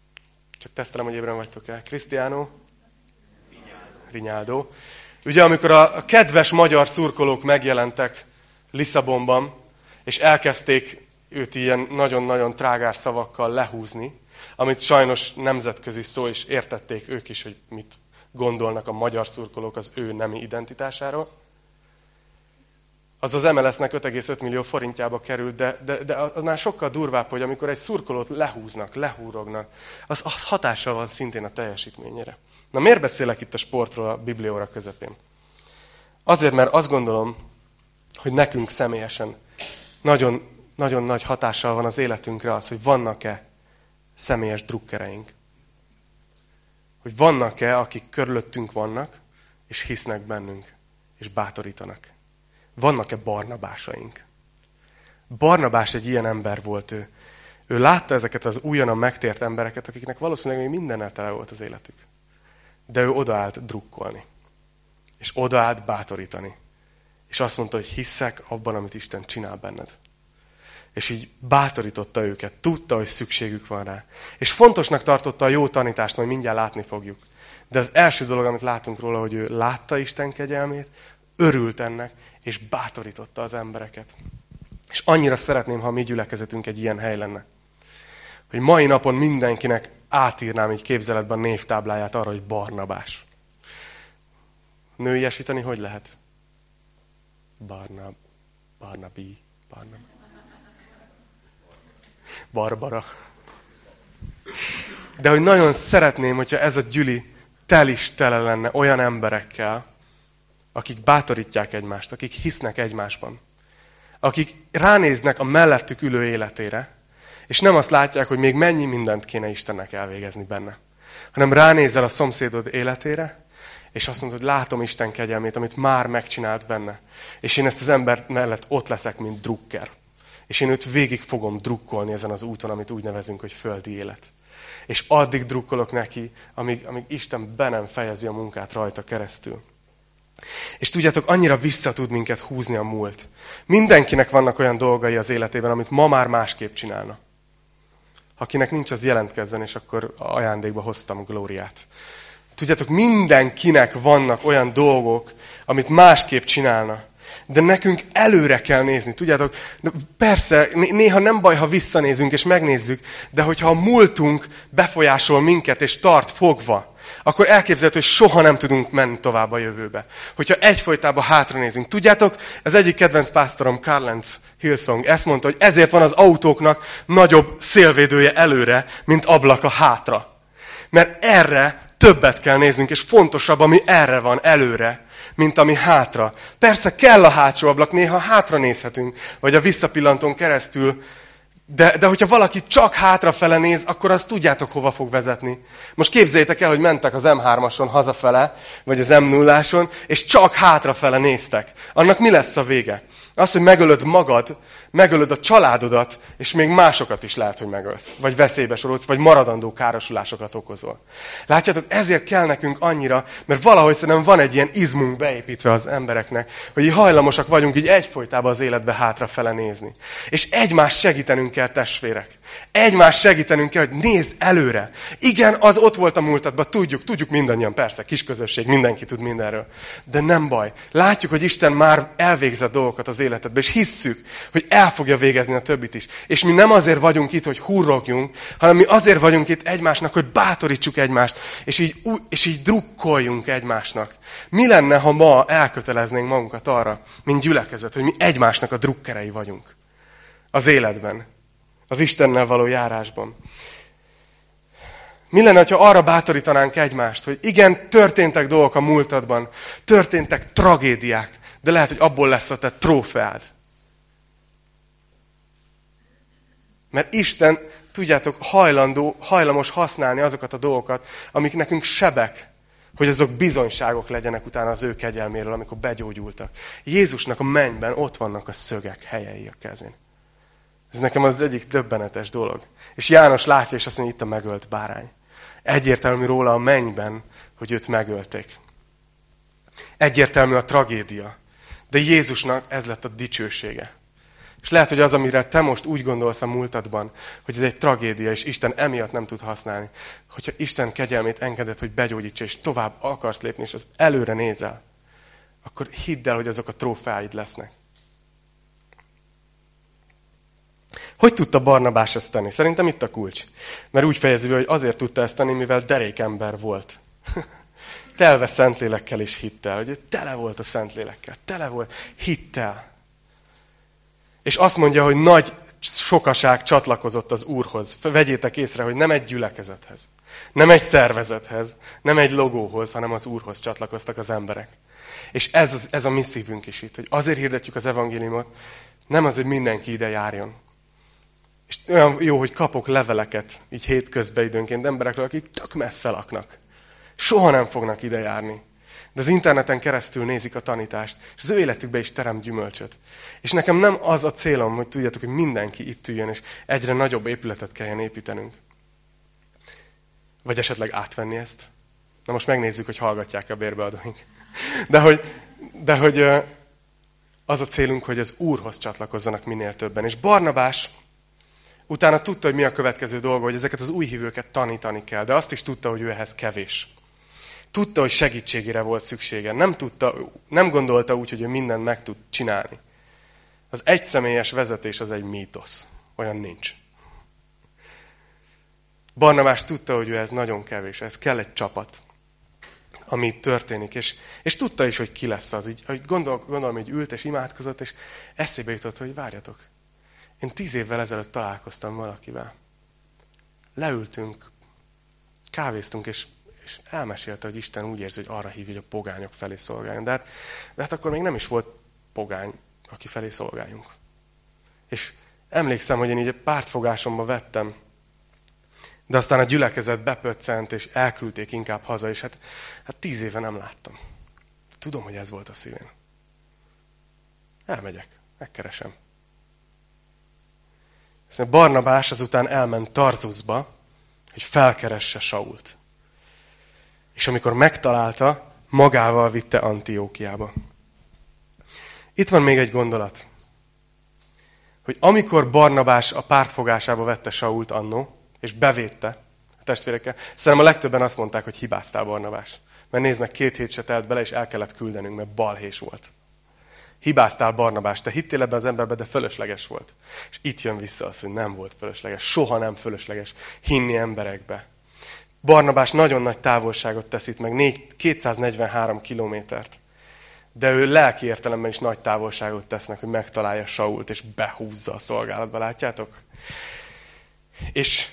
Csak tesztelem, hogy ébren vagytok-e. Cristiano? Rinaldo. Ugye, amikor a kedves magyar szurkolók megjelentek Lisszabonban, és elkezdték őt ilyen nagyon-nagyon trágár szavakkal lehúzni, amit sajnos nemzetközi szó, és értették ők is, hogy mit gondolnak a magyar szurkolók az ő nemi identitásáról. Az az em el es-nek öt egész öt millió forintjába került, de, de, de aznál sokkal durvább, hogy amikor egy szurkolót lehúznak, lehúrognak, az, az hatással van szintén a teljesítményére. Na miért beszélek itt a sportról a biblióra közepén? Azért, mert azt gondolom, hogy nekünk személyesen nagyon, nagyon nagy hatással van az életünkre az, hogy vannak-e személyes drukkereink. Hogy vannak-e, akik körülöttünk vannak, és hisznek bennünk, és bátorítanak. Vannak-e Barnabásaink? Barnabás egy ilyen ember volt ő. Ő látta ezeket az újonnan megtért embereket, akiknek valószínűleg még mindennel tele volt az életük. De ő odaállt drukkolni. És odaállt bátorítani. És azt mondta, hogy hiszek abban, amit Isten csinál benned. És így bátorította őket. Tudta, hogy szükségük van rá. És fontosnak tartotta a jó tanítást, majd mindjárt látni fogjuk. De az első dolog, amit látunk róla, hogy ő látta Isten kegyelmét, örült ennek, és bátorította az embereket. És annyira szeretném, ha a mi gyülekezetünk egy ilyen hely lenne. Hogy mai napon mindenkinek átírnám így képzeletben a névtábláját arra, hogy Barnabás. Nőiesíteni hogy lehet? Barnab, Barnabi, Barnab. Barbara. De hogy nagyon szeretném, hogyha ez a gyüli tel is tele lenne olyan emberekkel, akik bátorítják egymást, akik hisznek egymásban. Akik ránéznek a mellettük ülő életére, és nem azt látják, hogy még mennyi mindent kéne Istennek elvégezni benne. Hanem ránézel a szomszédod életére, és azt mondod, hogy látom Isten kegyelmét, amit már megcsinált benne. És én ezt az ember mellett ott leszek, mint drukker. És én őt végig fogom drukkolni ezen az úton, amit úgy nevezünk, hogy földi élet. És addig drukkolok neki, amíg, amíg Isten be nem fejezi a munkát rajta keresztül. És tudjátok, annyira vissza tud minket húzni a múlt. Mindenkinek vannak olyan dolgai az életében, amit ma már másképp csinálna. Akinek nincs, az jelentkezzen, és akkor ajándékba hoztam Glóriát. Tudjátok, mindenkinek vannak olyan dolgok, amit másképp csinálna. De nekünk előre kell nézni. Tudjátok, persze, néha nem baj, ha visszanézünk és megnézzük, de hogyha a múltunk befolyásol minket és tart fogva, akkor elképzelhető, hogy soha nem tudunk menni tovább a jövőbe. Hogyha egyfolytában hátra nézünk. Tudjátok, az egyik kedvenc pásztorom, Carl Lentz Hillsong, ezt mondta, hogy ezért van az autóknak nagyobb szélvédője előre, mint ablaka hátra. Mert erre többet kell néznünk, és fontosabb, ami erre van előre, mint ami hátra. Persze kell a hátsó ablak, néha hátra nézhetünk, vagy a visszapillantón keresztül, de, de hogyha valaki csak hátrafele néz, akkor azt tudjátok, hova fog vezetni. Most képzeljétek el, hogy mentek az em hármason hazafele, vagy az em nulláson, és csak hátrafele néztek. Annak mi lesz a vége? Az, hogy megölöd magad, megölöd a családodat, és még másokat is lehet, hogy megölsz. Vagy veszélybe sorolsz, vagy maradandó károsulásokat okozol. Látjátok, ezért kell nekünk annyira, mert valahogy szerintem van egy ilyen izmunk beépítve az embereknek, hogy így hajlamosak vagyunk így egyfolytában az életbe hátrafele nézni. És egymást segítenünk kell, testvérek. Egymást segítenünk kell, hogy nézz előre. Igen, az ott volt a múltadban, tudjuk, tudjuk mindannyian, persze, kis közösség, mindenki tud mindenről. De nem baj. Látjuk, hogy Isten már elvégzett dolgokat az életedbe, és hisszük, hogy el fogja végezni a többit is. És mi nem azért vagyunk itt, hogy hurrogjunk, hanem mi azért vagyunk itt egymásnak, hogy bátorítsuk egymást, és így, és így drukkoljunk egymásnak. Mi lenne, ha ma elköteleznénk magunkat arra, mint gyülekezet, hogy mi egymásnak a drukkerei vagyunk az életben, az Istennel való járásban. Mi lenne, ha arra bátorítanánk egymást, hogy igen, történtek dolgok a múltadban, történtek tragédiák, de lehet, hogy abból lesz a te trófeád. Mert Isten, tudjátok, hajlandó, hajlamos használni azokat a dolgokat, amik nekünk sebek, hogy azok bizonyságok legyenek utána az ő kegyelméről, amikor begyógyultak. Jézusnak a mennyben ott vannak a szögek helyei a kezén. Ez nekem az egyik döbbenetes dolog. És János látja, és azt mondja, itt a megölt bárány. Egyértelmű róla a mennyben, hogy őt megölték. Egyértelmű a tragédia. De Jézusnak ez lett a dicsősége. És lehet, hogy az, amire te most úgy gondolsz a múltadban, hogy ez egy tragédia, és Isten emiatt nem tud használni. Hogyha Isten kegyelmét engeded, hogy begyógyítsa, és tovább akarsz lépni, és az előre nézel, akkor hidd el, hogy azok a trófeáid lesznek. Hogy tudta Barnabás ezt tenni? Szerintem itt a kulcs. Mert úgy fejezi be, hogy azért tudta ezt tenni, mivel derékember volt. Telve Szentlélekkel és hittel. Hogy tele volt a Szentlélekkel. Tele volt hittel. És azt mondja, hogy nagy sokaság csatlakozott az Úrhoz. Vegyétek észre, hogy nem egy gyülekezethez, nem egy szervezethez, nem egy logóhoz, hanem az Úrhoz csatlakoztak az emberek. És ez, ez a mi szívünk is itt, hogy azért hirdetjük az evangéliumot, nem az, hogy mindenki ide járjon. És olyan jó, hogy kapok leveleket, így hétközben időnként emberekről, akik tök messze laknak. Soha nem fognak ide járni. De az interneten keresztül nézik a tanítást, és az ő életükbe is terem gyümölcsöt. És nekem nem az a célom, hogy tudjátok, hogy mindenki itt üljön, és egyre nagyobb épületet kelljen építenünk. Vagy esetleg átvenni ezt. Na most megnézzük, hogy hallgatják a bérbeadóink. De hogy, de hogy az a célunk, hogy az Úrhoz csatlakozzanak minél többen. És Barnabás utána tudta, hogy mi a következő dolga, hogy ezeket az új hívőket tanítani kell, de azt is tudta, hogy ő ehhez kevés. Tudta, hogy segítségére volt szüksége. Nem, tudta, nem gondolta úgy, hogy ő mindent meg tud csinálni. Az egyszemélyes vezetés az egy mítosz. Olyan nincs. Barnabás tudta, hogy ő ez nagyon kevés. Ez kell egy csapat, ami itt történik. És, és tudta is, hogy ki lesz az. Így, hogy gondol, gondolom, hogy ült és imádkozott, és eszébe jutott, hogy várjatok. Én tíz évvel ezelőtt találkoztam valakivel. Leültünk, kávéztunk, és És elmesélte, hogy Isten úgy érzi, hogy arra hívja, hogy a pogányok felé szolgáljon. De hát, de hát akkor még nem is volt pogány, aki felé szolgáljunk. És emlékszem, hogy én így pártfogásomba vettem, de aztán a gyülekezet bepöccent, és elküldték inkább haza, és hát, hát tíz éve nem láttam. Tudom, hogy ez volt a szívén. Elmegyek, megkeresem. Aztán Barnabás azután elment Tarzuszba, hogy felkeresse Sault. És amikor megtalálta, magával vitte Antiókiába. Itt van még egy gondolat, hogy amikor Barnabás a pártfogásába vette Sault annó, és bevédte a testvérekkel, szerintem a legtöbben azt mondták, hogy hibáztál, Barnabás. Mert nézd meg, két hét se telt bele, és el kellett küldenünk, mert balhés volt. Hibáztál, Barnabás, te hittél ebbe az emberbe, de fölösleges volt. És itt jön vissza az, hogy nem volt fölösleges, soha nem fölösleges hinni emberekbe. Barnabás nagyon nagy távolságot tesz itt meg, kétszáznegyvenhárom kilométert. De ő lelki értelemben is nagy távolságot tesz meg, hogy megtalálja Sault, és behúzza a szolgálatba, látjátok? És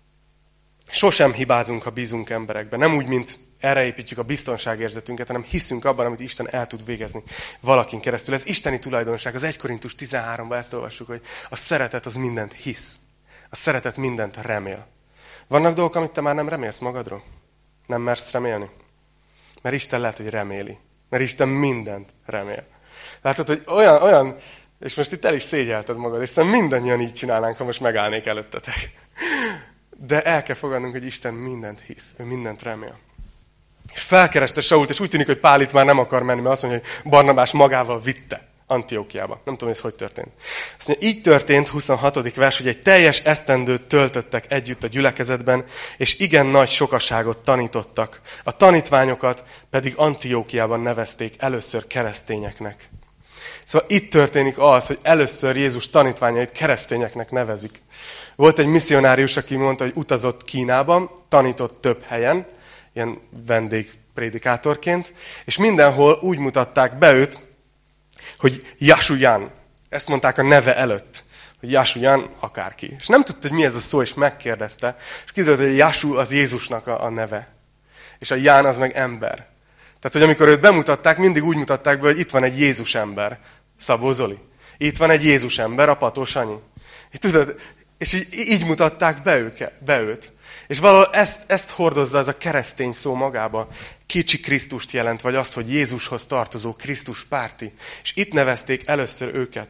sosem hibázunk, ha bízunk emberekben. Nem úgy, mint erre építjük a biztonságérzetünket, hanem hiszünk abban, amit Isten el tud végezni valakin keresztül. Ez isteni tulajdonság. Az egy Korintus tizenháromban ezt olvassuk, hogy a szeretet az mindent hisz. A szeretet mindent remél. Vannak dolgok, amit te már nem remélsz magadról? Nem mersz remélni? Mert Isten lehet, hogy reméli. Mert Isten mindent remél. Látod, hogy olyan, olyan, és most itt el is szégyelted magad, és szerintem mindannyian így csinálnánk, ha most megállnék előttetek. De el kell fogadnunk, hogy Isten mindent hisz, ő mindent remél. És felkereste Sault, és úgy tűnik, hogy Pál itt már nem akar menni, mert azt mondja, hogy Barnabás magával vitte Antiókiába. Nem tudom, ez hogy történt. Azt mondja, így történt, huszonhatodik vers, hogy egy teljes esztendőt töltöttek együtt a gyülekezetben, és igen nagy sokaságot tanítottak. A tanítványokat pedig Antiókiában nevezték először keresztényeknek. Szóval itt történik az, hogy először Jézus tanítványait keresztényeknek nevezik. Volt egy misszionárius, aki mondta, hogy utazott Kínában, tanított több helyen, ilyen vendégprédikátorként, és mindenhol úgy mutatták be őt, hogy Yashuyan. Ezt mondták a neve előtt, hogy Yashuyan akárki. És nem tudta, hogy mi ez a szó, és megkérdezte, és kiderült, hogy Yashu az Jézusnak a, a neve. És a Ján az meg ember. Tehát, hogy amikor őt bemutatták, mindig úgy mutatták be, hogy itt van egy Jézus ember, Szabó Zoli. Itt van egy Jézus ember, a Pató Sanyi. És, tudod, és így, így mutatták be, őke, be őt. És valahol ezt, ezt hordozza ez a keresztény szó magába. Kicsi Krisztust jelent, vagy azt, hogy Jézushoz tartozó Krisztus párti. És itt nevezték először őket.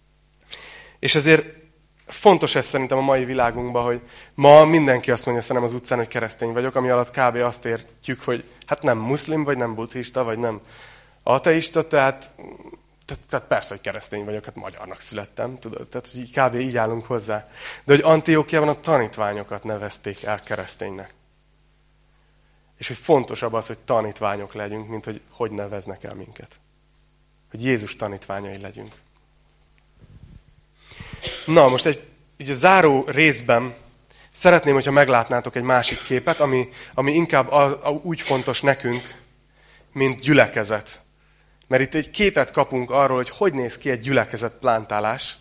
És ezért fontos ez szerintem a mai világunkban, hogy ma mindenki azt mondja szerintem az utcán, hogy keresztény vagyok, ami alatt kb. Azt értjük, hogy hát nem muszlim, vagy nem buddhista, vagy nem ateista, tehát tehát, tehát persze, hogy keresztény vagyok, hát magyarnak születtem, tudod, tehát így, kb. Így állunk hozzá. De hogy Antiókiában a tanítványokat nevezték el kereszténynek. És hogy fontosabb az, hogy tanítványok legyünk, mint hogy hogy neveznek el minket. Hogy Jézus tanítványai legyünk. Na, most egy, így a záró részben szeretném, hogyha meglátnátok egy másik képet, ami, ami inkább a, a, úgy fontos nekünk, mint gyülekezet. Mert itt egy képet kapunk arról, hogy hogy néz ki egy gyülekezet plántálás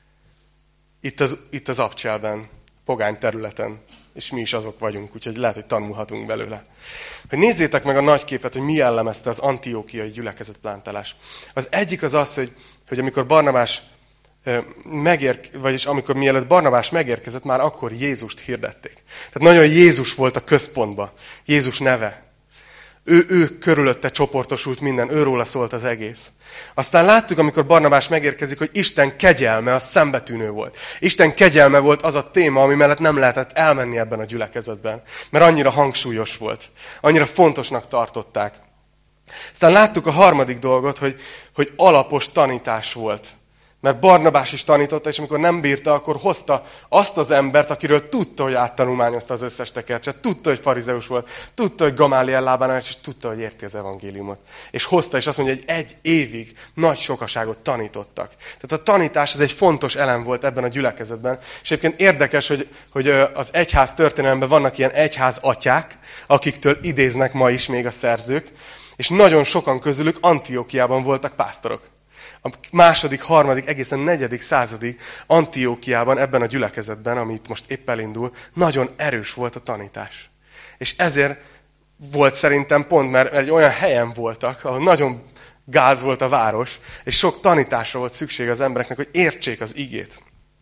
itt az, itt az Abcselben, pogány területen. És mi is azok vagyunk, úgyhogy lehet, hogy tanulhatunk belőle. Hogy nézzétek meg a nagy képet, hogy mi jellemezte az antiókiai gyülekezet plántálás. Az egyik az az, hogy, hogy amikor Barnabás megérkezett, vagyis amikor mielőtt Barnabás megérkezett, már akkor Jézust hirdették. Tehát nagyon Jézus volt a központban. Jézus neve. Ő, ő körülötte csoportosult minden, őróla szólt az egész. Aztán láttuk, amikor Barnabás megérkezik, hogy Isten kegyelme az szembetűnő volt. Isten kegyelme volt az a téma, ami mellett nem lehetett elmenni ebben a gyülekezetben. Mert annyira hangsúlyos volt. Annyira fontosnak tartották. Aztán láttuk a harmadik dolgot, hogy, hogy alapos tanítás volt. Mert Barnabás is tanította, és amikor nem bírta, akkor hozta azt az embert, akiről tudta, hogy áttanulmányozta az összes tekercset, tudta, hogy farizeus volt, tudta, hogy Gamáliel lábán állt, és tudta, hogy érti az evangéliumot. És hozta, és azt mondja, hogy egy évig nagy sokaságot tanítottak. Tehát a tanítás ez egy fontos elem volt ebben a gyülekezetben. És egyébként érdekes, hogy, hogy az egyház történelemben vannak ilyen egyház atyák, akiktől idéznek ma is még a szerzők, és nagyon sokan közülük Antiókiában voltak pásztorok. A második, harmadik, egészen negyedik századig Antiókiában, ebben a gyülekezetben, ami itt most épp elindul, nagyon erős volt a tanítás. És ezért volt szerintem pont, mert egy olyan helyen voltak, ahol nagyon gáz volt a város, és sok tanításra volt szükség az embereknek, hogy értsék az igét.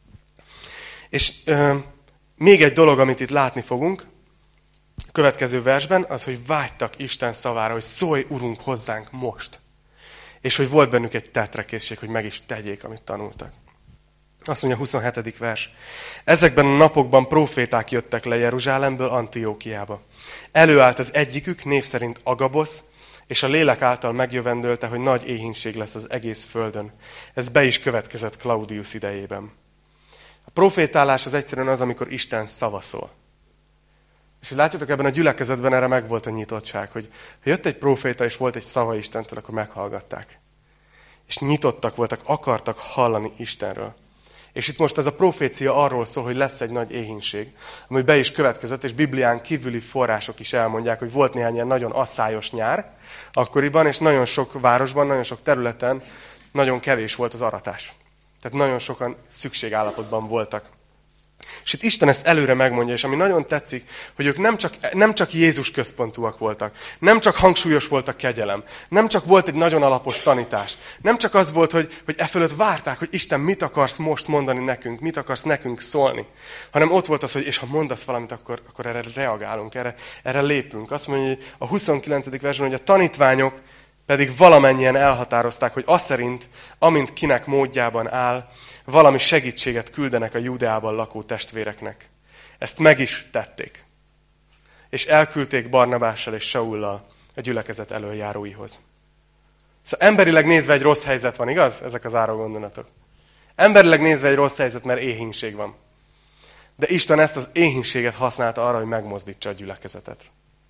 És euh, még egy dolog, amit itt látni fogunk, a következő versben, az, hogy vágytak Isten szavára, hogy szólj, Urunk, hozzánk most. És hogy volt bennük egy tetrekészség, hogy meg is tegyék, amit tanultak. Azt mondja a huszonhetedik vers. Ezekben a napokban proféták jöttek le Jeruzsálemből Antiókiába. Előállt az egyikük, név szerint Agabosz, és a lélek által megjövendölte, hogy nagy éhínség lesz az egész földön. Ez be is következett Claudius idejében. A profétálás az egyszerűen az, amikor Isten szavaszol. És hogy látjátok, ebben a gyülekezetben erre meg volt a nyitottság, hogy ha jött egy próféta, és volt egy szava Istentől, akkor meghallgatták. És nyitottak voltak, akartak hallani Istenről. És itt most ez a profécia arról szól, hogy lesz egy nagy éhínség, ami be is következett, és Biblián kívüli források is elmondják, hogy volt néhány ilyen nagyon asszályos nyár akkoriban, és nagyon sok városban, nagyon sok területen nagyon kevés volt az aratás. Tehát nagyon sokan szükségállapotban voltak. És itt Isten ezt előre megmondja, és ami nagyon tetszik, hogy ők nem csak, nem csak Jézus központúak voltak, nem csak hangsúlyos volt a kegyelem, nem csak volt egy nagyon alapos tanítás, nem csak az volt, hogy, hogy e fölött várták, hogy Isten mit akarsz most mondani nekünk, mit akarsz nekünk szólni, hanem ott volt az, hogy és ha mondasz valamit, akkor, akkor erre reagálunk, erre, erre lépünk. Azt mondja, hogy a huszonkilencedik versben, hogy a tanítványok pedig valamennyien elhatározták, hogy az szerint, amint kinek módjában áll, valami segítséget küldenek a Judeában lakó testvéreknek. Ezt meg is tették. És elküldték Barnabással és Saullal a gyülekezet elöljáróihoz. Szóval emberileg nézve egy rossz helyzet van, igaz? Ezek az áró gondolatok. Emberileg nézve egy rossz helyzet, mert éhínség van. De Isten ezt az éhínséget használta arra, hogy megmozdítsa a gyülekezetet.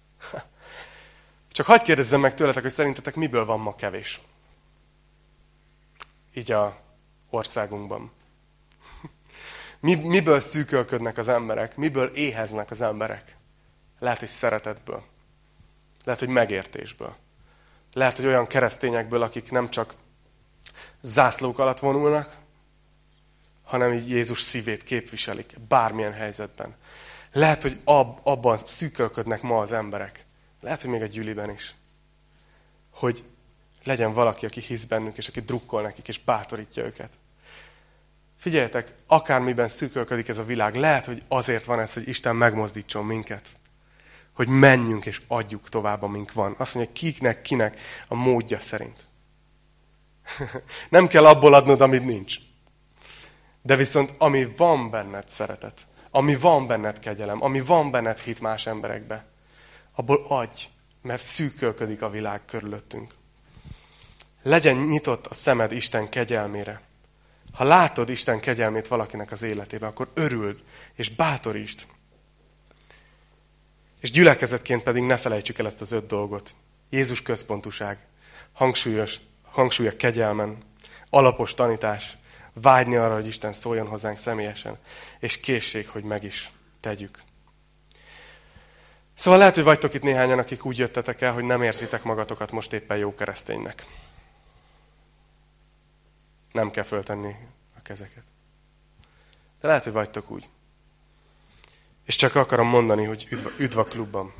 Csak hadd kérdezzem meg tőletek, hogy szerintetek miből van ma kevés? Így a országunkban. Mi, miből szűkölködnek az emberek? Miből éheznek az emberek? Lehet, hogy szeretetből. Lehet, hogy megértésből. Lehet, hogy olyan keresztényekből, akik nem csak zászlók alatt vonulnak, hanem így Jézus szívét képviselik bármilyen helyzetben. Lehet, hogy ab, abban szűkölködnek ma az emberek. Lehet, hogy még a gyüliben is. Hogy legyen valaki, aki hisz bennük, és aki drukkol nekik, és bátorítja őket. Figyeljetek, akármiben szűkölködik ez a világ, lehet, hogy azért van ez, hogy Isten megmozdítson minket. Hogy menjünk és adjuk tovább, amink van. Azt mondja, kiknek, kinek a módja szerint. Nem kell abból adnod, amit nincs. De viszont ami van benned szeretet, ami van benned kegyelem, ami van benned hit más emberekbe, abból adj, mert szűkölködik a világ körülöttünk. Legyen nyitott a szemed Isten kegyelmére. Ha látod Isten kegyelmét valakinek az életében, akkor örüld és bátorítsd. És gyülekezetként pedig ne felejtsük el ezt az öt dolgot. Jézus központúság, hangsúlyos, hangsúly a kegyelmen, alapos tanítás, vágyni arra, hogy Isten szóljon hozzánk személyesen, és készség, hogy meg is tegyük. Szóval lehet, hogy vagytok itt néhányan, akik úgy jöttetek el, hogy nem érzitek magatokat most éppen jó kereszténynek. Nem kell föltenni a kezeket. De lehet, hogy vagytok úgy. És csak akarom mondani, hogy üdv, üdv a klubban.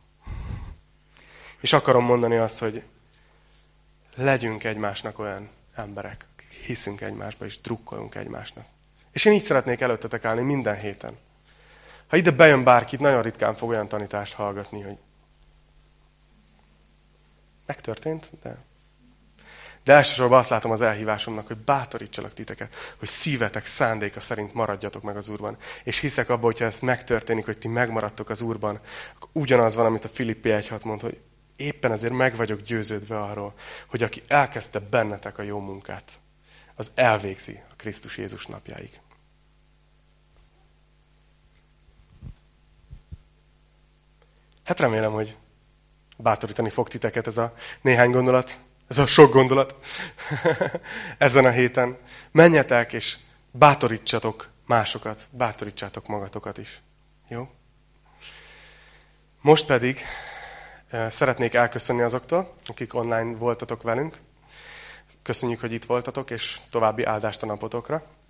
És akarom mondani azt, hogy legyünk egymásnak olyan emberek, akik hiszünk egymásba, és drukkolunk egymásnak. És én így szeretnék előttetek állni minden héten. Ha ide bejön bárkit, nagyon ritkán fog olyan tanítást hallgatni, hogy megtörtént, de... De elsősorban azt látom az elhívásomnak, hogy bátorítsalak titeket, hogy szívetek szándéka szerint maradjatok meg az Úrban. És hiszek abban, hogyha ez megtörténik, hogy ti megmaradtok az Úrban, akkor ugyanaz van, amit a Filippi egy hat mond, hogy éppen ezért meg vagyok győződve arról, hogy aki elkezdte bennetek a jó munkát, az elvégzi a Krisztus Jézus napjáig. Hát remélem, hogy bátorítani fog titeket ez a néhány gondolat, ez a sok gondolat ezen a héten. Menjetek és bátorítsatok másokat, bátorítsátok magatokat is. Jó? Most pedig szeretnék elköszönni azoktól, akik online voltatok velünk. Köszönjük, hogy itt voltatok, és további áldást a napotokra.